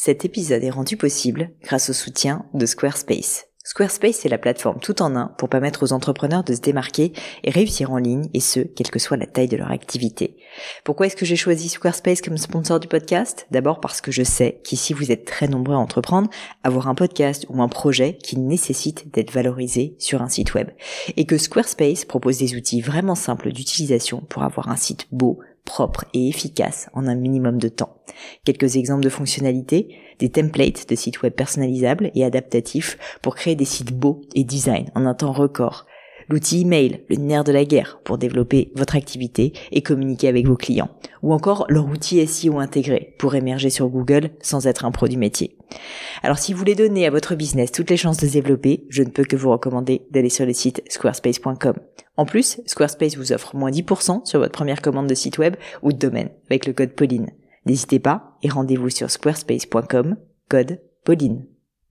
Cet épisode est rendu possible grâce au soutien de Squarespace. Squarespace est la plateforme tout en un pour permettre aux entrepreneurs de se démarquer et réussir en ligne, et ce, quelle que soit la taille de leur activité. Pourquoi est-ce que j'ai choisi Squarespace comme sponsor du podcast ? D'abord parce que je sais qu'ici vous êtes très nombreux à entreprendre, avoir un podcast ou un projet qui nécessite d'être valorisé sur un site web. Et que Squarespace propose des outils vraiment simples d'utilisation pour avoir un site beau, propre et efficace en un minimum de temps. Quelques exemples de fonctionnalités, des templates de sites web personnalisables et adaptatifs pour créer des sites beaux et design en un temps record. L'outil email, le nerf de la guerre pour développer votre activité et communiquer avec vos clients. Ou encore leur outil SEO intégré pour émerger sur Google sans être un pro du métier. Alors si vous voulez donner à votre business toutes les chances de se développer, je ne peux que vous recommander d'aller sur le site squarespace.com. En plus, Squarespace vous offre moins 10% sur votre première commande de site web ou de domaine avec le code Pauline. N'hésitez pas et rendez-vous sur squarespace.com, code Pauline.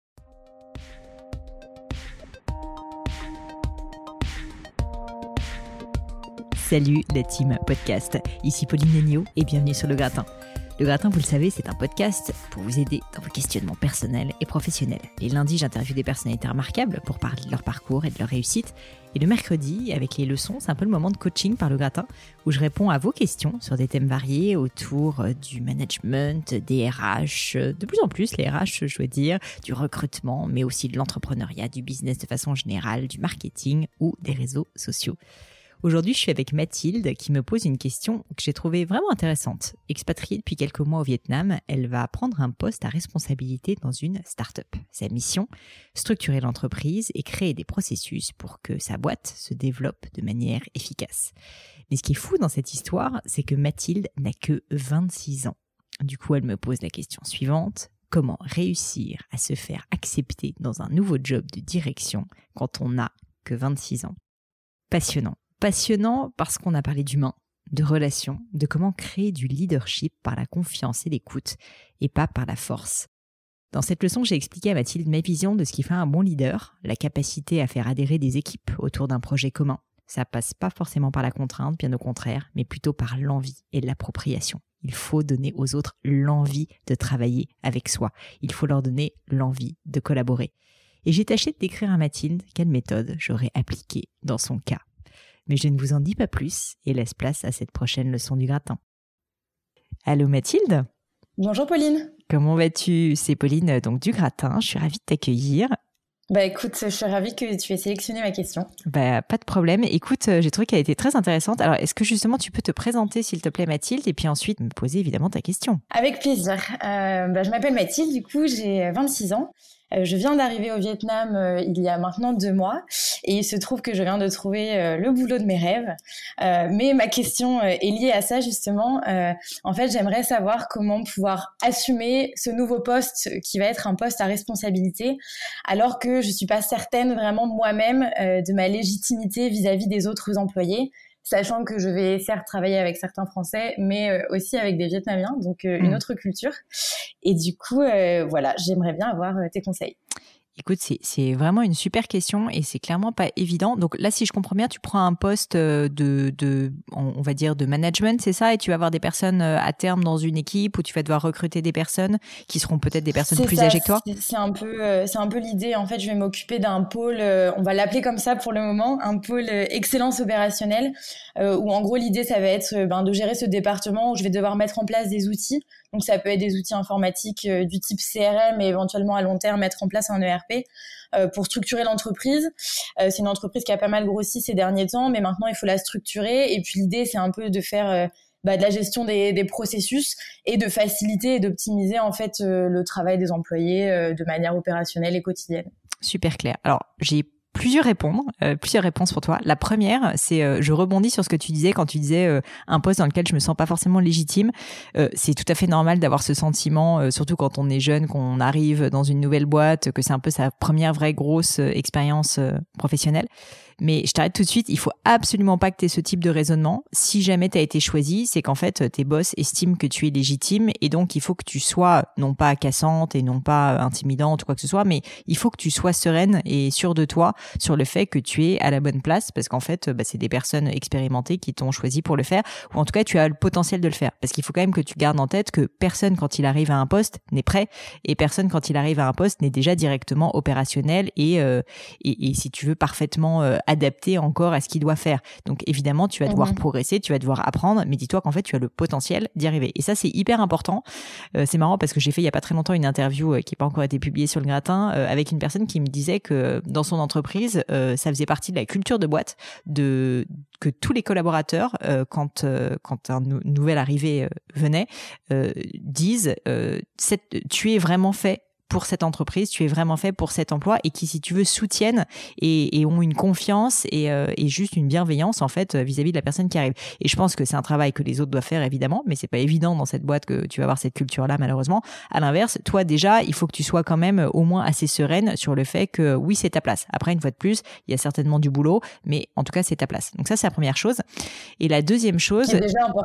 Salut la team podcast, ici Pauline Agneau et bienvenue sur Le Gratin. Le Gratin, vous le savez, c'est un podcast pour vous aider dans vos questionnements personnels et professionnels. Les lundis, j'interviewe des personnalités remarquables pour parler de leur parcours et de leur réussite. Et le mercredi, avec les leçons, c'est un peu le moment de coaching par Le Gratin où je réponds à vos questions sur des thèmes variés autour du management, des RH, de plus en plus les RH, je dois dire, du recrutement, mais aussi de l'entrepreneuriat, du business de façon générale, du marketing ou des réseaux sociaux. Aujourd'hui, je suis avec Mathilde qui me pose une question que j'ai trouvée vraiment intéressante. Expatriée depuis quelques mois au Vietnam, elle va prendre un poste à responsabilité dans une start-up. Sa mission, structurer l'entreprise et créer des processus pour que sa boîte se développe de manière efficace. Mais ce qui est fou dans cette histoire, c'est que Mathilde n'a que 26 ans. Du coup, elle me pose la question suivante. Comment réussir à se faire accepter dans un nouveau job de direction quand on n'a que 26 ans ? Passionnant. Passionnant parce qu'on a parlé d'humain, de relations, de comment créer du leadership par la confiance et l'écoute et pas par la force. Dans cette leçon, j'ai expliqué à Mathilde ma vision de ce qui fait un bon leader, la capacité à faire adhérer des équipes autour d'un projet commun. Ça passe pas forcément par la contrainte, bien au contraire, mais plutôt par l'envie et l'appropriation. Il faut donner aux autres l'envie de travailler avec soi. Il faut leur donner l'envie de collaborer. Et j'ai tâché de décrire à Mathilde quelle méthode j'aurais appliquée dans son cas. Mais je ne vous en dis pas plus et laisse place à cette prochaine leçon du gratin. Allô Mathilde ? Bonjour Pauline. Comment vas-tu ? C'est Pauline donc du gratin, je suis ravie de t'accueillir. Écoute, je suis ravie que tu aies sélectionné ma question. Pas de problème. Écoute, j'ai trouvé qu'elle était très intéressante. Alors, est-ce que justement tu peux te présenter s'il te plaît Mathilde et puis ensuite me poser évidemment ta question ? Avec plaisir. Je m'appelle Mathilde, du coup j'ai 26 ans. Je viens d'arriver au Vietnam il y a maintenant 2 mois et il se trouve que je viens de trouver le boulot de mes rêves. Mais ma question est liée à ça justement. En fait, j'aimerais savoir comment pouvoir assumer ce nouveau poste qui va être un poste à responsabilité alors que je suis pas certaine vraiment moi-même de ma légitimité vis-à-vis des autres employés. Sachant que je vais certes travailler avec certains Français, mais aussi avec des Vietnamiens, donc une autre culture. Et du coup, voilà, j'aimerais bien avoir tes conseils. Écoute, c'est vraiment une super question et c'est clairement pas évident. Donc là, si je comprends bien, tu prends un poste on va dire de management, c'est ça ? Et tu vas avoir des personnes à terme dans une équipe où tu vas devoir recruter des personnes qui seront peut-être des personnes plus âgées que toi ? C'est un peu l'idée. En fait, je vais m'occuper d'un pôle, on va l'appeler comme ça pour le moment, un pôle excellence opérationnelle, où en gros l'idée ça va être de gérer ce département où je vais devoir mettre en place des outils. Donc ça peut être des outils informatiques du type CRM et éventuellement à long terme mettre en place un ERP pour structurer l'entreprise. C'est une entreprise qui a pas mal grossi ces derniers temps, mais maintenant il faut la structurer. Et puis l'idée c'est un peu de faire de la gestion des processus et de faciliter et d'optimiser en fait le travail des employés de manière opérationnelle et quotidienne. Super clair. Alors j'ai plusieurs réponses pour toi. La première, c'est je rebondis sur ce que tu disais quand tu disais un poste dans lequel je me sens pas forcément légitime. C'est tout à fait normal d'avoir ce sentiment, surtout quand on est jeune, qu'on arrive dans une nouvelle boîte, que c'est un peu sa première vraie grosse expérience professionnelle. Mais je t'arrête tout de suite, il faut absolument pas que tu aies ce type de raisonnement. Si jamais tu as été choisi, c'est qu'en fait, tes boss estiment que tu es légitime et donc il faut que tu sois non pas cassante et non pas intimidante ou quoi que ce soit, mais il faut que tu sois sereine et sûre de toi sur le fait que tu es à la bonne place parce qu'en fait, c'est des personnes expérimentées qui t'ont choisi pour le faire ou en tout cas, tu as le potentiel de le faire. Parce qu'il faut quand même que tu gardes en tête que personne, quand il arrive à un poste, n'est prêt et personne, quand il arrive à un poste, n'est déjà directement opérationnel et si tu veux, parfaitement adapté encore à ce qu'il doit faire. Donc évidemment, tu vas devoir progresser, tu vas devoir apprendre, mais dis-toi qu'en fait, tu as le potentiel d'y arriver. Et ça, c'est hyper important. C'est marrant parce que j'ai fait il y a pas très longtemps une interview qui n'a pas encore été publiée sur le gratin avec une personne qui me disait que dans son entreprise, ça faisait partie de la culture de boîte que tous les collaborateurs, quand un nouvel arrivé venait, disent tu es vraiment fait pour cette entreprise, tu es vraiment fait pour cet emploi et qui, si tu veux, soutiennent et ont une confiance et juste une bienveillance en fait vis-à-vis de la personne qui arrive. Et je pense que c'est un travail que les autres doivent faire évidemment, mais c'est pas évident dans cette boîte que tu vas avoir cette culture-là malheureusement. À l'inverse, toi déjà, il faut que tu sois quand même au moins assez sereine sur le fait que oui, c'est ta place. Après, une fois de plus, il y a certainement du boulot, mais en tout cas, c'est ta place. Donc ça, c'est la première chose. Et la deuxième chose, qui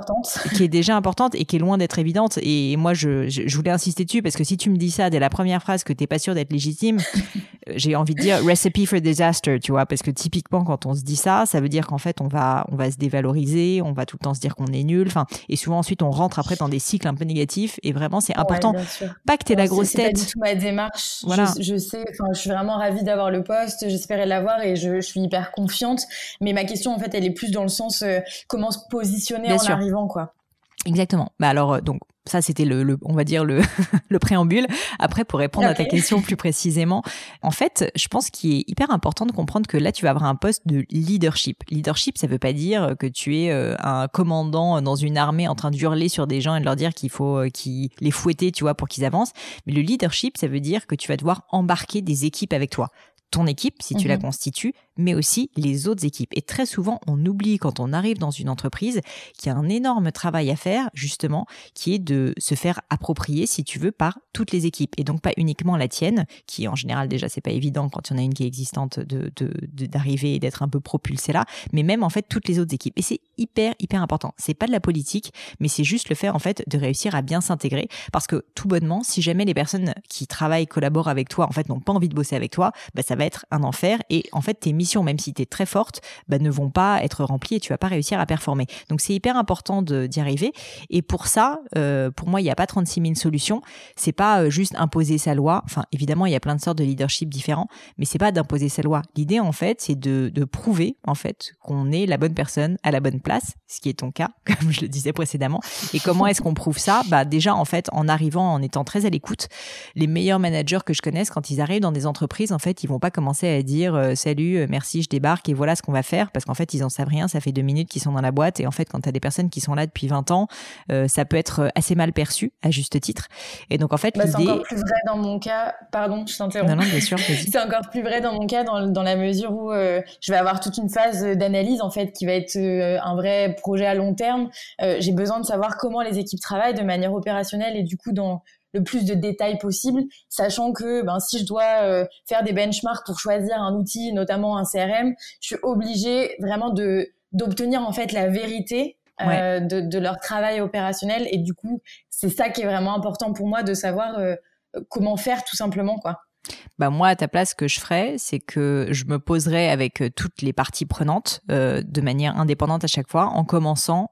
est déjà importante et qui est loin d'être évidente. Et moi, je voulais insister dessus parce que si tu me dis ça dès la première phrase que t'es pas sûr d'être légitime, j'ai envie de dire recipe for disaster, tu vois, parce que typiquement quand on se dit ça, ça veut dire qu'en fait on va se dévaloriser, on va tout le temps se dire qu'on est nul, enfin, et souvent ensuite on rentre après dans des cycles un peu négatifs. Et vraiment c'est important, pas que t'aies la grosse tête. C'est pas du tout ma démarche. Voilà. Je sais, enfin, je suis vraiment ravie d'avoir le poste, j'espérais l'avoir et je suis hyper confiante. Mais ma question en fait, elle est plus dans le sens comment se positionner en arrivant, quoi. Exactement. Bah alors donc ça c'était on va dire le préambule. Après pour répondre à ta question plus précisément, en fait, je pense qu'il est hyper important de comprendre que là tu vas avoir un poste de leadership. Leadership, ça veut pas dire que tu es un commandant dans une armée en train de hurler sur des gens et de leur dire qu'il faut les fouetter, tu vois, pour qu'ils avancent. Mais le leadership, ça veut dire que tu vas devoir embarquer des équipes avec toi. Ton équipe, si tu la constitues, mais aussi les autres équipes. Et très souvent, on oublie quand on arrive dans une entreprise qu'il y a un énorme travail à faire, justement, qui est de se faire approprier, si tu veux, par toutes les équipes. Et donc pas uniquement la tienne, qui en général, déjà, c'est pas évident quand il y en a une qui est existante d'arriver et d'être un peu propulsée là, mais même en fait toutes les autres équipes. Et c'est hyper, hyper important. C'est pas de la politique, mais c'est juste le fait, en fait, de réussir à bien s'intégrer. Parce que tout bonnement, si jamais les personnes qui travaillent, collaborent avec toi, en fait, n'ont pas envie de bosser avec toi, bah, ça va être un enfer. Et en fait, tes missions, même si tu es très forte, bah, ne vont pas être remplies et tu vas pas réussir à performer. Donc, c'est hyper important d'y arriver. Et pour ça, pour moi, il n'y a pas 36 000 solutions. C'est pas juste imposer sa loi. Enfin, évidemment, il y a plein de sortes de leadership différents, mais c'est pas d'imposer sa loi. L'idée, en fait, c'est de prouver, en fait, qu'on est la bonne personne à la bonne place, ce qui est ton cas, comme je le disais précédemment. Et comment est-ce qu'on prouve ça? Bah, déjà, en fait, en arrivant, en étant très à l'écoute. Les meilleurs managers que je connaisse, quand ils arrivent dans des entreprises, en fait, ils vont pas commencer à dire salut, merci, je débarque et voilà ce qu'on va faire, parce qu'en fait, ils en savent rien, ça fait 2 minutes qu'ils sont dans la boîte et en fait, quand tu as des personnes qui sont là depuis 20 ans, ça peut être assez mal perçu, à juste titre. Et donc, en fait, l'idée... C'est encore plus vrai dans mon cas, pardon, je t'interromps. Non, bien sûr, vas-y. C'est encore plus vrai dans mon cas, dans la mesure où je vais avoir toute une phase d'analyse, en fait, qui va être un vrai projet à long terme. J'ai besoin de savoir comment les équipes travaillent de manière opérationnelle et du coup, dans le plus de détails possible, sachant que si je dois faire des benchmarks pour choisir un outil, notamment un CRM, je suis obligée vraiment d'obtenir en fait la vérité de leur travail opérationnel et du coup, c'est ça qui est vraiment important pour moi de savoir comment faire tout simplement, quoi. Bah moi, à ta place, ce que je ferais, c'est que je me poserais avec toutes les parties prenantes de manière indépendante à chaque fois, en commençant,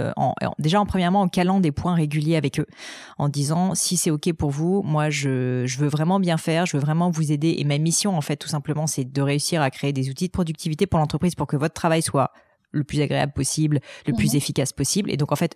déjà premièrement en calant des points réguliers avec eux, en disant si c'est ok pour vous, moi je veux vraiment bien faire, je veux vraiment vous aider et ma mission en fait tout simplement c'est de réussir à créer des outils de productivité pour l'entreprise pour que votre travail soit le plus agréable possible, le plus efficace possible. Et donc en fait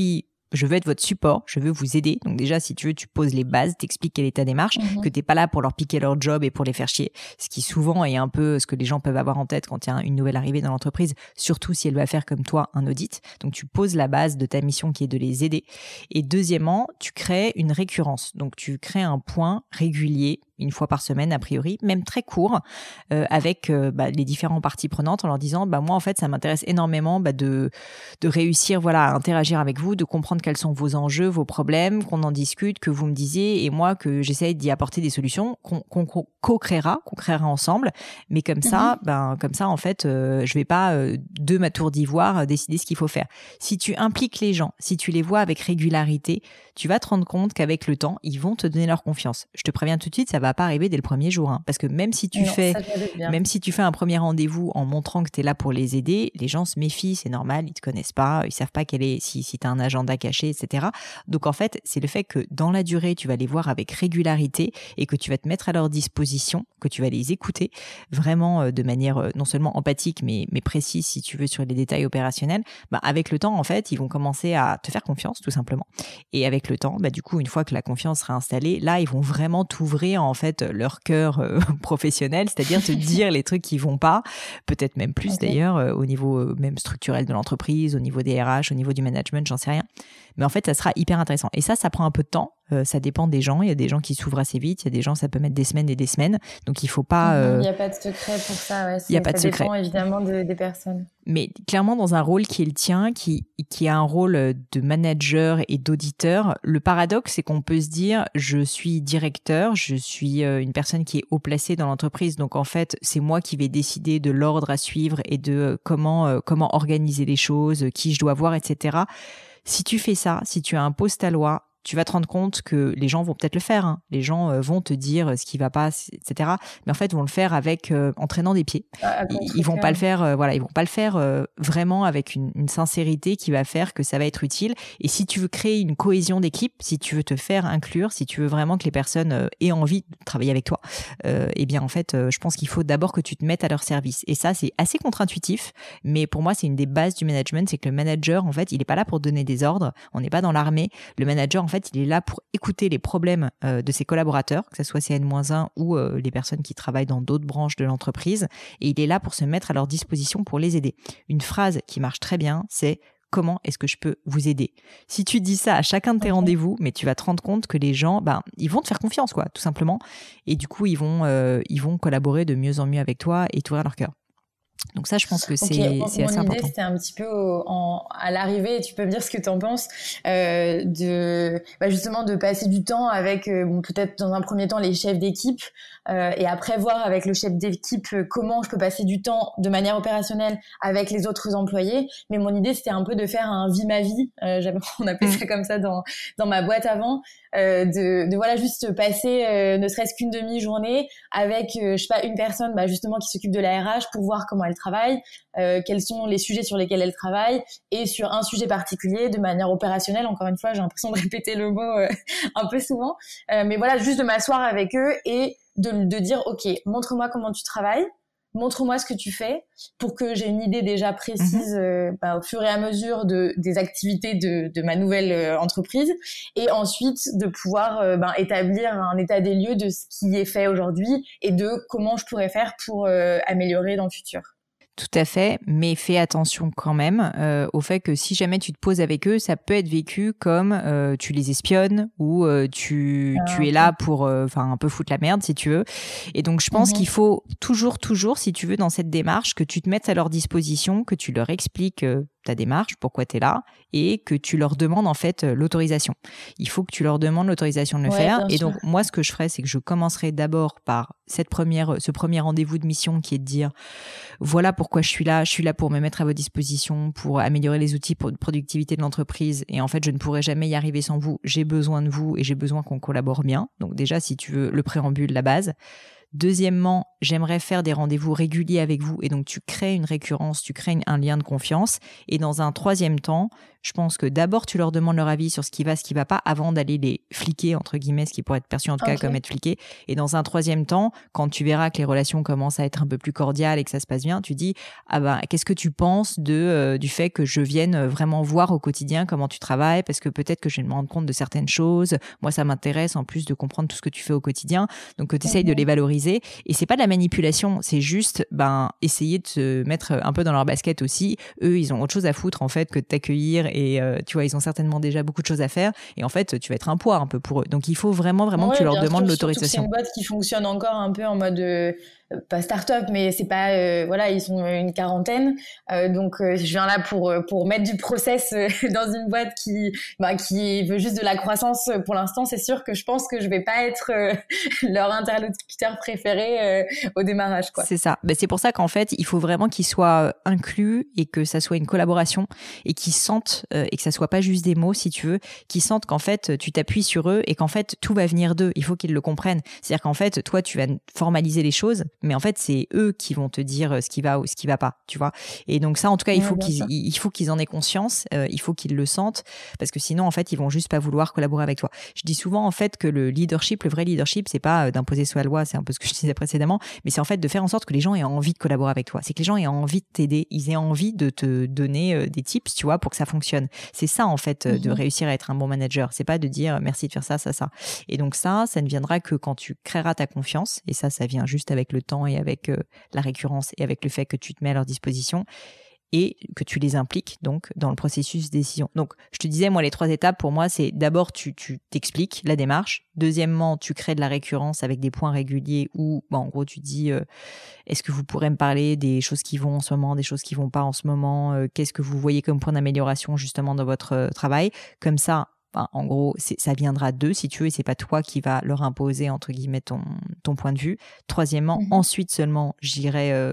je veux être votre support, je veux vous aider. Donc déjà, si tu veux, tu poses les bases, t'expliques quelle est ta démarche, que t'es pas là pour leur piquer leur job et pour les faire chier. Ce qui souvent est un peu ce que les gens peuvent avoir en tête quand il y a une nouvelle arrivée dans l'entreprise, surtout si elle va faire comme toi un audit. Donc tu poses la base de ta mission qui est de les aider. Et deuxièmement, tu crées une récurrence. Donc tu crées un point régulier une fois par semaine a priori, même très court, avec les différentes parties prenantes en leur disant moi en fait ça m'intéresse énormément de réussir à interagir avec vous, de comprendre quels sont vos enjeux, vos problèmes, qu'on en discute, que vous me disiez et moi que j'essaye d'y apporter des solutions qu'on co-créera, qu'on créera ensemble, mais comme ça en fait je vais pas de ma tour d'ivoire décider ce qu'il faut faire. Si tu impliques les gens, si tu les vois avec régularité, tu vas te rendre compte qu'avec le temps, ils vont te donner leur confiance. Je te préviens tout de suite, ça va pas arriver dès le premier jour, parce que même si tu fais un premier rendez-vous en montrant que tu es là pour les aider, les gens se méfient, c'est normal, ils te connaissent pas, ils savent pas si tu as un agenda caché, etc. Donc en fait, c'est le fait que dans la durée, tu vas les voir avec régularité et que tu vas te mettre à leur disposition, que tu vas les écouter vraiment de manière non seulement empathique mais précise si tu veux sur les détails opérationnels. Avec le temps, en fait, ils vont commencer à te faire confiance tout simplement. Et avec le temps, du coup, une fois que la confiance sera installée, là, ils vont vraiment t'ouvrir en fait leur cœur professionnel, c'est-à-dire te dire les trucs qui vont pas, peut-être même plus d'ailleurs au niveau même structurel de l'entreprise, au niveau des RH, au niveau du management, j'en sais rien. Mais en fait, ça sera hyper intéressant. Et ça prend un peu de temps. Ça dépend des gens. Il y a des gens qui s'ouvrent assez vite. Il y a des gens, ça peut mettre des semaines et des semaines. Donc, il faut pas... Il n'y a pas de secret pour ça. Ouais. Il n'y a pas de secret. Ça dépend évidemment des personnes. Mais clairement, dans un rôle qui est le tien, qui a un rôle de manager et d'auditeur, le paradoxe, c'est qu'on peut se dire, je suis directeur, je suis une personne qui est haut placée dans l'entreprise. Donc, en fait, c'est moi qui vais décider de l'ordre à suivre et de comment organiser les choses, qui je dois voir, etc. Si tu fais ça, si tu as un poste à loi, tu vas te rendre compte que les gens vont peut-être le faire. Les gens vont te dire ce qui va pas, etc. Mais en fait, vont le faire avec en traînant des pieds. Ils vont pas le faire. Ils vont pas le faire vraiment avec une sincérité qui va faire que ça va être utile. Et si tu veux créer une cohésion d'équipe, si tu veux te faire inclure, si tu veux vraiment que les personnes aient envie de travailler avec toi, eh bien en fait, je pense qu'il faut d'abord que tu te mettes à leur service. Et ça, c'est assez contre-intuitif, mais pour moi, c'est une des bases du management, c'est que le manager, en fait, il est pas là pour donner des ordres. On n'est pas dans l'armée. Le manager, en fait, il est là pour écouter les problèmes de ses collaborateurs, que ce soit CN-1 ou les personnes qui travaillent dans d'autres branches de l'entreprise, et il est là pour se mettre à leur disposition pour les aider. Une phrase qui marche très bien, c'est « Comment est-ce que je peux vous aider ?» Si tu dis ça à chacun de tes rendez-vous, mais tu vas te rendre compte que les gens, ils vont te faire confiance, quoi, tout simplement, et du coup, ils vont collaborer de mieux en mieux avec toi et t'ouvrir leur cœur. Donc ça, je pense que c'est assez important. Mon idée, c'était un petit peu à l'arrivée, et tu peux me dire ce que tu en penses, justement de passer du temps avec, peut-être dans un premier temps, les chefs d'équipe, et après voir avec le chef d'équipe comment je peux passer du temps de manière opérationnelle avec les autres employés. Mais mon idée, c'était un peu de faire un vie ma vie. On appelait ça comme ça dans ma boîte avant, de juste passer ne serait-ce qu'une demi-journée avec une personne justement qui s'occupe de la RH pour voir comment elle travaille, quels sont les sujets sur lesquels elle travaille, et sur un sujet particulier de manière opérationnelle. Encore une fois, j'ai l'impression de répéter le mot un peu souvent, mais voilà, juste de m'asseoir avec eux et de dire ok, montre-moi comment tu travailles, montre-moi ce que tu fais, pour que j'ai une idée déjà précise au fur et à mesure des activités de ma nouvelle entreprise, et ensuite de pouvoir établir un état des lieux de ce qui est fait aujourd'hui et de comment je pourrais faire pour améliorer dans le futur. Tout à fait, mais fais attention quand même au fait que si jamais tu te poses avec eux, ça peut être vécu comme tu les espionnes ou tu es là pour un peu foutre la merde si tu veux. Et donc je pense qu'il faut toujours, si tu veux, dans cette démarche, que tu te mettes à leur disposition, que tu leur expliques ta démarche, pourquoi tu es là, et que tu leur demandes en fait l'autorisation. Il faut que tu leur demandes l'autorisation de le faire. Et donc moi, ce que je ferais, c'est que je commencerai d'abord par ce premier rendez-vous de mission qui est de dire voilà pourquoi je suis là pour me mettre à votre disposition, pour améliorer les outils de productivité de l'entreprise, et en fait je ne pourrai jamais y arriver sans vous, j'ai besoin de vous et j'ai besoin qu'on collabore bien. Donc déjà, si tu veux, le préambule, la base. Deuxièmement, j'aimerais faire des rendez-vous réguliers avec vous, et donc tu crées une récurrence, tu crées un lien de confiance. Et dans un troisième temps, je pense que d'abord tu leur demandes leur avis sur ce qui va pas, avant d'aller les fliquer, entre guillemets, ce qui pourrait être perçu en tout cas comme être fliqué. Et dans un troisième temps, quand tu verras que les relations commencent à être un peu plus cordiales et que ça se passe bien, tu dis qu'est-ce que tu penses du fait que je vienne vraiment voir au quotidien comment tu travailles, parce que peut-être que je vais me rendre compte de certaines choses. Moi, ça m'intéresse en plus de comprendre tout ce que tu fais au quotidien. Donc que tu essayes de les valoriser vulgariser. Et c'est pas de la manipulation, c'est juste essayer de se mettre un peu dans leur basket aussi. Eux, ils ont autre chose à foutre en fait que de t'accueillir et tu vois, ils ont certainement déjà beaucoup de choses à faire. Et en fait, tu vas être un poids un peu pour eux. Donc il faut vraiment que tu leur demandes l'autorisation. C'est une boîte qui fonctionne encore un peu en mode pas start-up, mais c'est pas voilà, ils sont une quarantaine, donc je viens là pour mettre du process dans une boîte qui veut juste de la croissance. Pour l'instant, c'est sûr que je pense que je vais pas être leur interlocuteur préféré au démarrage, quoi. C'est ça. C'est pour ça qu'en fait, il faut vraiment qu'ils soient inclus et que ça soit une collaboration et qu'ils sentent et que ça soit pas juste des mots, si tu veux, qu'ils sentent qu'en fait tu t'appuies sur eux et qu'en fait tout va venir d'eux. Il faut qu'ils le comprennent. C'est-à-dire qu'en fait, toi, tu vas formaliser les choses, mais en fait, c'est eux qui vont te dire ce qui va ou ce qui va pas, tu vois. Et donc ça, en tout cas, il faut qu'ils en aient conscience, il faut qu'ils le sentent, parce que sinon, en fait, ils vont juste pas vouloir collaborer avec toi. Je dis souvent, en fait, que le vrai leadership, c'est pas d'imposer sa loi, c'est un peu ce que je disais précédemment, mais c'est en fait de faire en sorte que les gens aient envie de collaborer avec toi. C'est que les gens aient envie de t'aider, ils aient envie de te donner des tips, tu vois, pour que ça fonctionne. C'est ça, en fait, de réussir à être un bon manager. C'est pas de dire merci de faire ça, ça, ça. Et donc ça ne viendra que quand tu créeras ta confiance, et ça vient juste avec le temps et avec la récurrence et avec le fait que tu te mets à leur disposition et que tu les impliques donc dans le processus de décision. Donc, je te disais, moi, les 3 étapes, pour moi, c'est d'abord, tu t'expliques la démarche. Deuxièmement, tu crées de la récurrence avec des points réguliers où, en gros, tu dis, est-ce que vous pourrez me parler des choses qui vont en ce moment, des choses qui vont pas en ce moment, qu'est-ce que vous voyez comme point d'amélioration, justement, dans votre travail. Comme ça, en gros, ça viendra d'eux, si tu veux, et c'est pas toi qui va leur imposer, entre guillemets, ton point de vue. Troisièmement, ensuite seulement, j'irai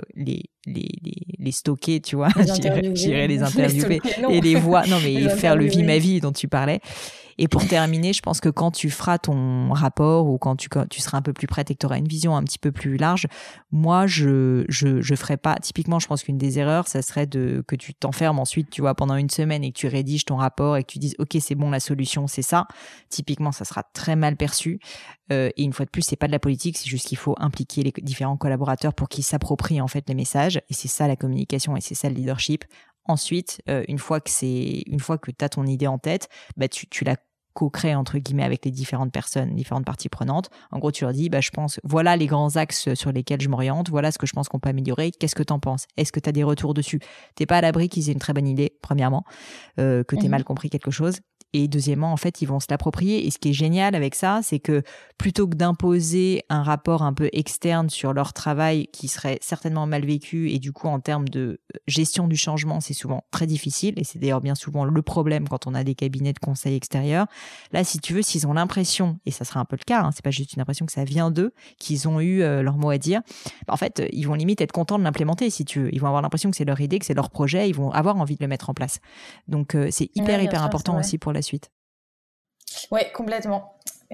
les stocker, tu vois. J'irai les interviewer et les voir. Non, mais faire le vie ma vie dont tu parlais. Et pour terminer, je pense que quand tu feras ton rapport ou quand tu seras un peu plus prête et que tu auras une vision un petit peu plus large, moi, je ferai pas. Typiquement, je pense qu'une des erreurs, ça serait que tu t'enfermes ensuite, tu vois, pendant une semaine et que tu rédiges ton rapport et que tu dises, OK, c'est bon, la solution, c'est ça. Typiquement, ça sera très mal perçu. Et une fois de plus, c'est pas de la politique, c'est juste qu'il faut impliquer les différents collaborateurs pour qu'ils s'approprient en fait les messages. Et c'est ça la communication et c'est ça le leadership. Ensuite, une fois que tu as ton idée en tête, tu la co-crées entre guillemets avec les différentes personnes, différentes parties prenantes. En gros, tu leur dis, je pense, voilà les grands axes sur lesquels je m'oriente, voilà ce que je pense qu'on peut améliorer. Qu'est-ce que t'en penses? Est-ce que tu as des retours dessus? T'es pas à l'abri qu'ils aient une très bonne idée, premièrement, que t'aies mal compris quelque chose. Et deuxièmement, en fait, ils vont se l'approprier. Et ce qui est génial avec ça, c'est que plutôt que d'imposer un rapport un peu externe sur leur travail qui serait certainement mal vécu, et du coup, en termes de gestion du changement, c'est souvent très difficile. Et c'est d'ailleurs bien souvent le problème quand on a des cabinets de conseil extérieurs. Là, si tu veux, s'ils ont l'impression, et ça sera un peu le cas, c'est pas juste une impression que ça vient d'eux, qu'ils ont eu leur mot à dire, en fait, ils vont limite être contents de l'implémenter, si tu veux. Ils vont avoir l'impression que c'est leur idée, que c'est leur projet, ils vont avoir envie de le mettre en place. Donc, c'est hyper important aussi pour la suite. Ouais, complètement.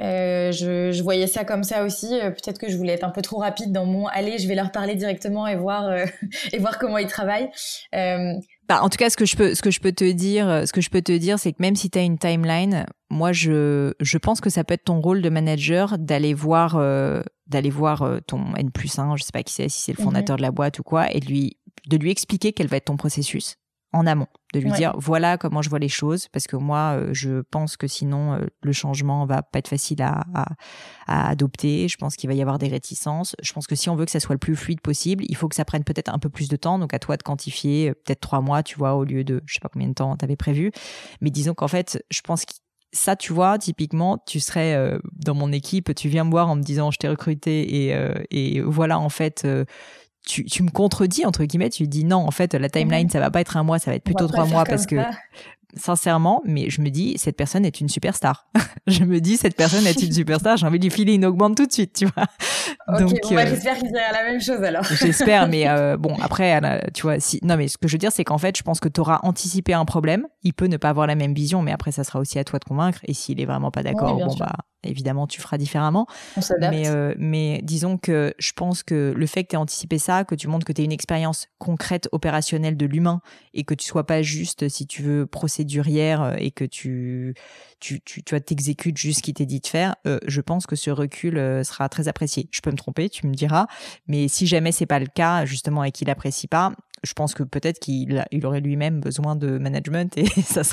Je voyais ça comme ça aussi. Peut-être que je voulais être un peu trop rapide dans mon allez, je vais leur parler directement et voir comment ils travaillent. En tout cas, ce que je peux te dire, c'est que même si tu as une timeline, moi je pense que ça peut être ton rôle de manager d'aller voir ton N+1, je sais pas qui c'est, si c'est le fondateur de la boîte ou quoi, et de lui expliquer quel va être ton processus en amont, de lui dire voilà comment je vois les choses, parce que moi je pense que sinon le changement va pas être facile à adopter. Je pense qu'il va y avoir des réticences. Je pense que si on veut que ça soit le plus fluide possible, il faut que ça prenne peut-être un peu plus de temps. Donc à toi de quantifier peut-être 3 mois, tu vois, au lieu de je sais pas combien de temps t'avais prévu. Mais disons qu'en fait, je pense que ça, tu vois, typiquement, tu serais dans mon équipe, tu viens me voir en me disant je t'ai recruté et voilà, en fait tu me contredis, entre guillemets, tu dis non, en fait, la timeline, ça va pas être 1 mois, ça va être plutôt 3 mois parce que, sincèrement, mais je me dis, cette personne est une superstar. J'ai envie de lui filer une augmente tout de suite, tu vois. Ok, donc, j'espère qu'il dira la même chose alors. J'espère, mais bon, après, tu vois, non, mais ce que je veux dire, c'est qu'en fait, je pense que tu auras anticipé un problème. Il peut ne pas avoir la même vision, mais après, ça sera aussi à toi de convaincre. Et s'il est vraiment pas d'accord, évidemment, tu feras différemment. On s'adapte. Mais disons que je pense que le fait que tu aies anticipé ça, que tu montres que tu aies une expérience concrète, opérationnelle de l'humain et que tu sois pas juste, si tu veux, procédurière et que tu t'exécutes juste ce qui t'est dit de faire, je pense que ce recul sera très apprécié. Je peux me tromper, tu me diras, mais si jamais c'est pas le cas, justement, et qu'il apprécie pas, je pense que peut-être qu'il aurait lui-même besoin de management et c'est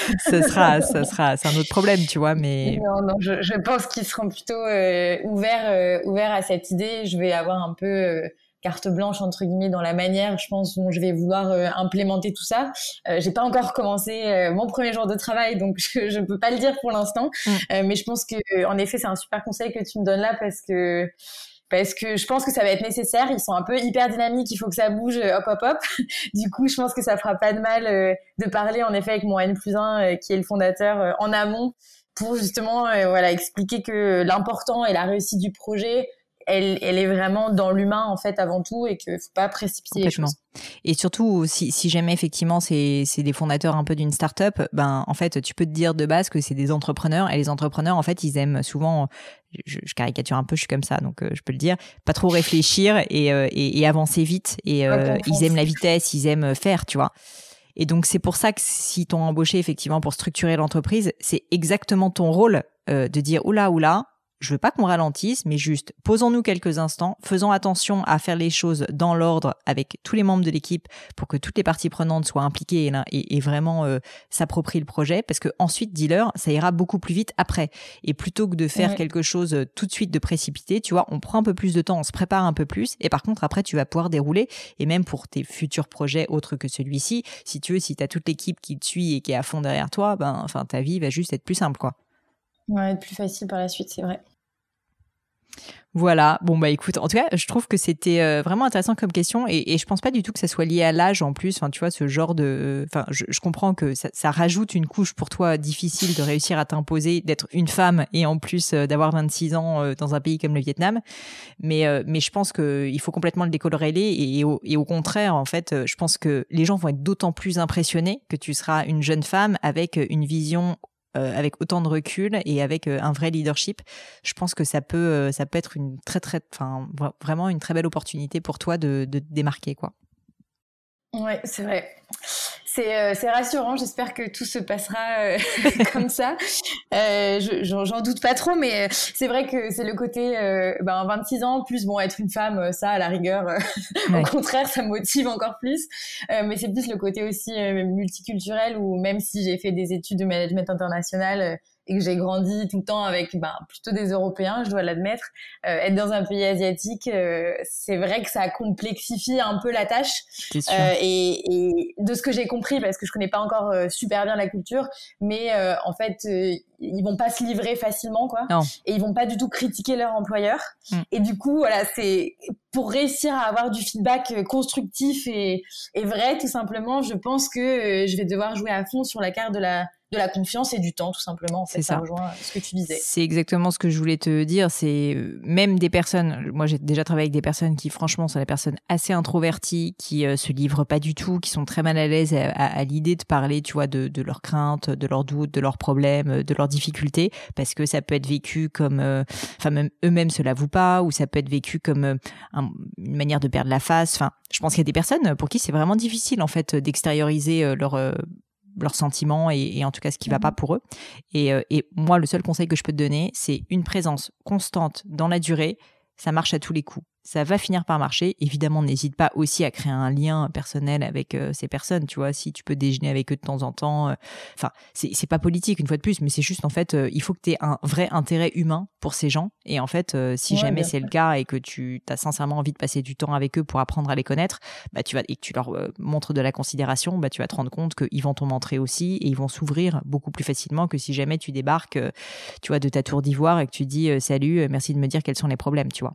un autre problème, tu vois. Mais non, je pense qu'ils seront plutôt ouverts à cette idée. Je vais avoir un peu carte blanche entre guillemets dans la manière, je pense, dont je vais vouloir implémenter tout ça. J'ai pas encore commencé mon premier jour de travail, donc je peux pas le dire pour l'instant. Mais je pense que en effet, c'est un super conseil que tu me donnes là parce que je pense que ça va être nécessaire. Ils sont un peu hyper dynamiques, il faut que ça bouge, hop. Du coup, je pense que ça fera pas de mal de parler en effet avec mon N+1 qui est le fondateur en amont pour justement voilà, expliquer que l'important et la réussite du projet, elle est vraiment dans l'humain en fait avant tout et qu'il faut pas précipiter les choses. Et surtout, si jamais effectivement c'est des fondateurs un peu d'une start-up, ben en fait tu peux te dire de base que c'est des entrepreneurs et les entrepreneurs en fait ils aiment souvent, je caricature un peu, je suis comme ça donc je peux le dire, pas trop réfléchir et avancer vite et ils aiment la vitesse, ils aiment faire, tu vois. Et donc c'est pour ça que si t'ont embauché effectivement pour structurer l'entreprise, c'est exactement ton rôle de dire oula. Je veux pas qu'on ralentisse, mais juste posons-nous quelques instants, faisons attention à faire les choses dans l'ordre avec tous les membres de l'équipe pour que toutes les parties prenantes soient impliquées et vraiment s'approprient le projet, parce que ensuite, dis-leur, ça ira beaucoup plus vite après. Et plutôt que de faire quelque chose tout de suite de précipité, tu vois, on prend un peu plus de temps, on se prépare un peu plus, et par contre après tu vas pouvoir dérouler. Et même pour tes futurs projets autres que celui-ci, si tu veux, si t'as toute l'équipe qui te suit et qui est à fond derrière toi, ben enfin ta vie va juste être plus simple, quoi. Ouais, être plus facile par la suite, c'est vrai. Voilà, bon bah écoute, en tout cas, je trouve que c'était vraiment intéressant comme question et je pense pas du tout que ça soit lié à l'âge en plus, enfin tu vois, ce genre de... Enfin, je comprends que ça rajoute une couche pour toi difficile de réussir à t'imposer, d'être une femme et en plus d'avoir 26 ans dans un pays comme le Vietnam, mais je pense qu'il faut complètement le décolorer et au contraire, en fait, je pense que les gens vont être d'autant plus impressionnés que tu seras une jeune femme avec une vision avec autant de recul et avec un vrai leadership. Je pense que ça peut être une vraiment une très belle opportunité pour toi de te démarquer, quoi. Ouais, c'est vrai. C'est rassurant. J'espère que tout se passera comme ça. J'en doute pas trop, mais c'est vrai que c'est le côté 26 ans plus être une femme, ça à la rigueur. Au contraire, ça me motive encore plus. Mais c'est plus le côté aussi multiculturel où même si j'ai fait des études de management international et que j'ai grandi tout le temps avec plutôt des Européens, je dois l'admettre, être dans un pays asiatique, c'est vrai que ça complexifie un peu la tâche. C'est sûr. Et de ce que j'ai compris, parce que je connais pas encore super bien la culture, mais en fait, ils vont pas se livrer facilement, quoi. Non. Et ils vont pas du tout critiquer leur employeur. Et du coup, voilà, c'est pour réussir à avoir du feedback constructif et vrai, tout simplement, je pense que je vais devoir jouer à fond sur la carte de la confiance et du temps, tout simplement. En fait, ça rejoint ce que tu disais. C'est exactement ce que je voulais te dire. C'est même des personnes, moi j'ai déjà travaillé avec des personnes qui franchement sont des personnes assez introverties, qui se livrent pas du tout, qui sont très mal à l'aise à l'idée de parler, tu vois, de leurs craintes, de leurs doutes, de leurs problèmes, de leurs difficultés, parce que ça peut être vécu comme, même eux-mêmes se l'avouent pas, ou ça peut être vécu comme une manière de perdre la face. Enfin, je pense qu'il y a des personnes pour qui c'est vraiment difficile en fait d'extérioriser leurs sentiments et en tout cas ce qui va pas pour eux. Et moi, le seul conseil que je peux te donner, c'est une présence constante dans la durée. Ça marche à tous les coups. Ça va finir par marcher. Évidemment, n'hésite pas aussi à créer un lien personnel avec ces personnes, tu vois, si tu peux déjeuner avec eux de temps en temps. Enfin, c'est pas politique une fois de plus, mais c'est juste en fait, il faut que tu aies un vrai intérêt humain pour ces gens. Et en fait, si jamais c'est le cas et que tu as sincèrement envie de passer du temps avec eux pour apprendre à les connaître, et que tu leur montres de la considération, tu vas te rendre compte qu'ils vont t'en montrer aussi et ils vont s'ouvrir beaucoup plus facilement que si jamais tu débarques, tu vois, de ta tour d'ivoire et que tu dis salut, merci de me dire quels sont les problèmes, tu vois.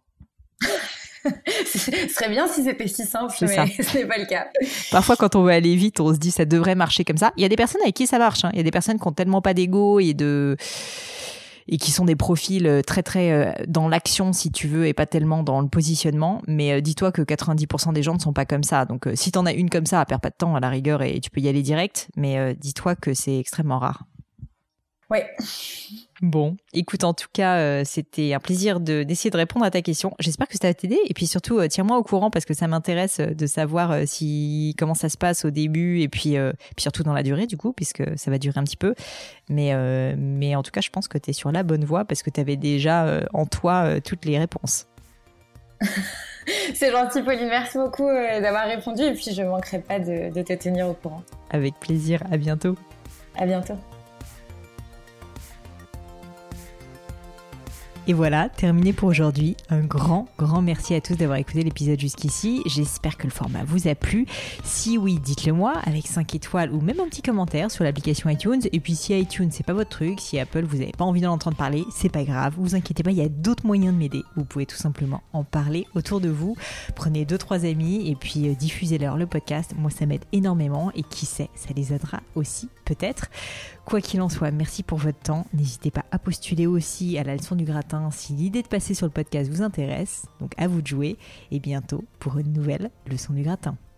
Ce serait bien si c'était si simple, mais ce n'est pas le cas. Parfois, quand on veut aller vite, on se dit ça devrait marcher comme ça. Il y a des personnes avec qui ça marche. Il y a des personnes qui ont tellement pas d'ego et qui sont des profils très très dans l'action, si tu veux, et pas tellement dans le positionnement. Mais dis-toi que 90% des gens ne sont pas comme ça. Donc si t'en as une comme ça, perds pas de temps à la rigueur et tu peux y aller direct. Mais dis-toi que c'est extrêmement rare. Ouais. Bon, écoute, en tout cas, c'était un plaisir d'essayer de répondre à ta question. J'espère que ça va t'aider. Et puis surtout, tiens-moi au courant parce que ça m'intéresse de savoir comment ça se passe au début et puis surtout dans la durée, du coup, puisque ça va durer un petit peu. Mais en tout cas, je pense que tu es sur la bonne voie parce que tu avais déjà en toi toutes les réponses. C'est gentil, Pauline. Merci beaucoup d'avoir répondu. Et puis, je ne manquerai pas de te tenir au courant. Avec plaisir. À bientôt. À bientôt. Et voilà, terminé pour aujourd'hui. Un grand merci à tous d'avoir écouté l'épisode jusqu'ici. J'espère que le format vous a plu. Si oui, dites-le moi avec 5 étoiles ou même un petit commentaire sur l'application iTunes. Et puis si iTunes c'est pas votre truc, si Apple vous n'avez pas envie d'en entendre parler, c'est pas grave. Vous inquiétez pas, il y a d'autres moyens de m'aider. Vous pouvez tout simplement en parler autour de vous. Prenez 2-3 amis et puis diffusez-leur le podcast. Moi ça m'aide énormément et qui sait, ça les aidera aussi peut-être. Quoi qu'il en soit, merci pour votre temps. N'hésitez pas à postuler aussi à la leçon du gratin si l'idée de passer sur le podcast vous intéresse. Donc à vous de jouer et bientôt pour une nouvelle leçon du gratin.